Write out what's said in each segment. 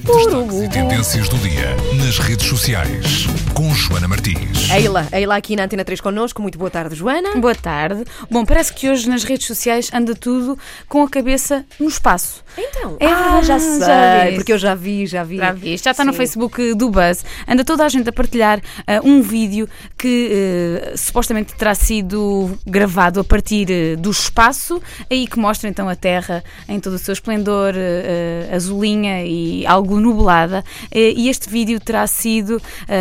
Destaques e tendências do dia nas redes sociais com Joana Martins. Eila aqui na Antena 3 connosco. Muito boa tarde, Joana. Boa tarde. Bom, parece que hoje nas redes sociais anda tudo com a cabeça no espaço. Então, já sei, porque eu já vi. Já está no Facebook do Buzz. Anda toda a gente a partilhar um vídeo que supostamente terá sido gravado a partir do espaço, aí que mostra então a Terra em todo o seu esplendor, azulinha e algo nublada. E este vídeo terá sido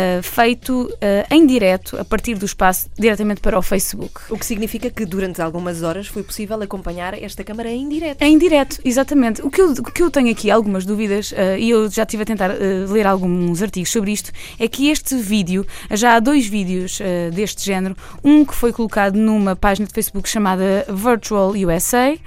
feito em direto, a partir do espaço, diretamente para o Facebook. O que significa que durante algumas horas foi possível acompanhar esta câmara em direto. Em direto, exatamente. O que eu tenho aqui algumas dúvidas, e eu já estive a tentar ler alguns artigos sobre isto, é que este vídeo, já há 2 vídeos deste género, um que foi colocado numa página de Facebook chamada Virtual USA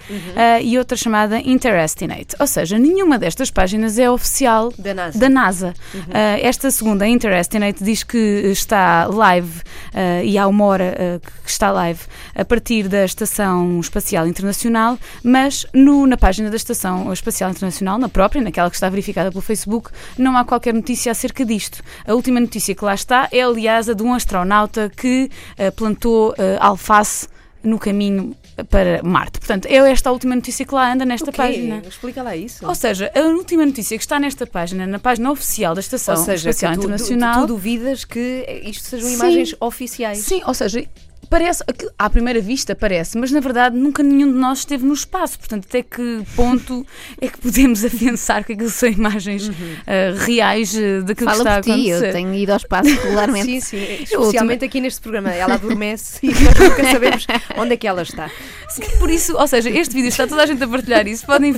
e outra chamada Interestinate. Ou seja, nenhuma destas páginas é oficial da NASA. Esta segunda, Interestinate, diz que está live e há uma hora que está live a partir da Estação Espacial Internacional, mas na página da Estação Espacial Internacional, naquela que está verificada pelo Facebook, não há qualquer notícia acerca disto. A última notícia que lá está é, aliás, a de um astronauta que plantou alface no caminho para Marte. Portanto, é esta a última notícia que lá anda nesta página. Explica lá isso. Ou seja, a última notícia que está nesta página, na página oficial da Estação Espacial Internacional... Tu duvidas que isto sejam imagens oficiais? Sim, ou seja... Parece, à primeira vista parece, mas na verdade nunca nenhum de nós esteve no espaço, portanto até que ponto é que podemos pensar que aquilo são imagens reais daquilo que está a acontecer. Eu tenho ido ao espaço regularmente. Sim, especialmente aqui neste programa, ela adormece e nós nunca sabemos onde é que ela está. Por isso, ou seja, este vídeo está toda a gente a partilhar isso, podem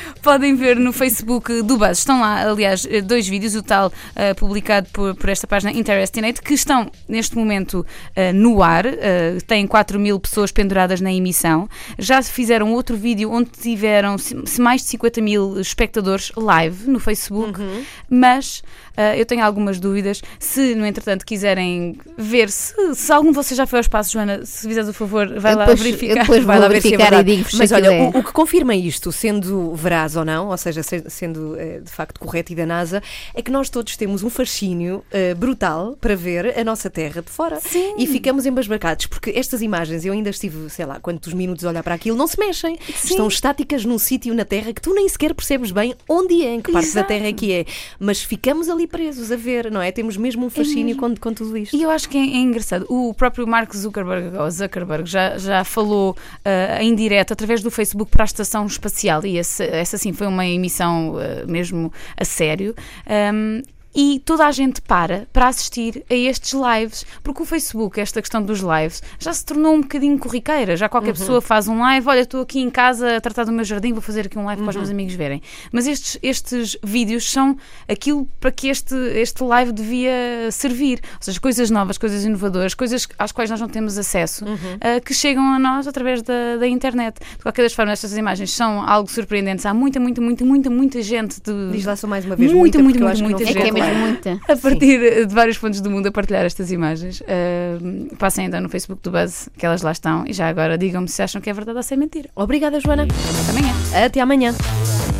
ver no Facebook do Buzz, estão lá aliás 2 vídeos, o tal publicado por esta página Interestinate, que estão neste momento no ar. Têm 4.000 pessoas penduradas na emissão. Já fizeram outro vídeo onde tiveram mais de 50.000 espectadores live no Facebook, mas eu tenho algumas dúvidas. Se, no entretanto, quiserem ver se algum de vocês já foi ao espaço, Joana, se fizeres o favor, vai lá verificar. Depois vai lá verificar e digo-vos. Mas olha, o que confirma isto, sendo veraz ou não, ou seja, sendo de facto correto e da NASA, é que nós todos temos um fascínio brutal para ver a nossa Terra de fora. Sim. E ficamos embasbacados, porque estas imagens, eu ainda estive, sei lá, quantos minutos a olhar para aquilo, não se mexem. Sim. Estão estáticas num sítio na Terra que tu nem sequer percebes bem onde é, em que parte da Terra é que é. Mas ficamos ali presos a ver, não é? Temos mesmo um fascínio com tudo isto. E eu acho que é engraçado. O próprio Mark Zuckerberg já falou em direto, através do Facebook, para a Estação Espacial, e essa sim foi uma emissão mesmo a sério. E toda a gente para assistir a estes lives, porque o Facebook, esta questão dos lives, já se tornou um bocadinho corriqueira. Já qualquer pessoa faz um live, olha, estou aqui em casa a tratar do meu jardim, vou fazer aqui um live para os meus amigos verem. Mas estes vídeos são aquilo para que este live devia servir. Ou seja, coisas novas, coisas inovadoras, coisas às quais nós não temos acesso, que chegam a nós através da internet. De qualquer das formas, estas imagens são algo surpreendentes. Há muita gente Diz lá só mais uma vez, muita gente. Muita. A partir de vários pontos do mundo a partilhar estas imagens. Passem então no Facebook do Buzz, que elas lá estão, e já agora digam-me se acham que é verdade ou se é mentira. Obrigada, Joana. Até amanhã. Até amanhã.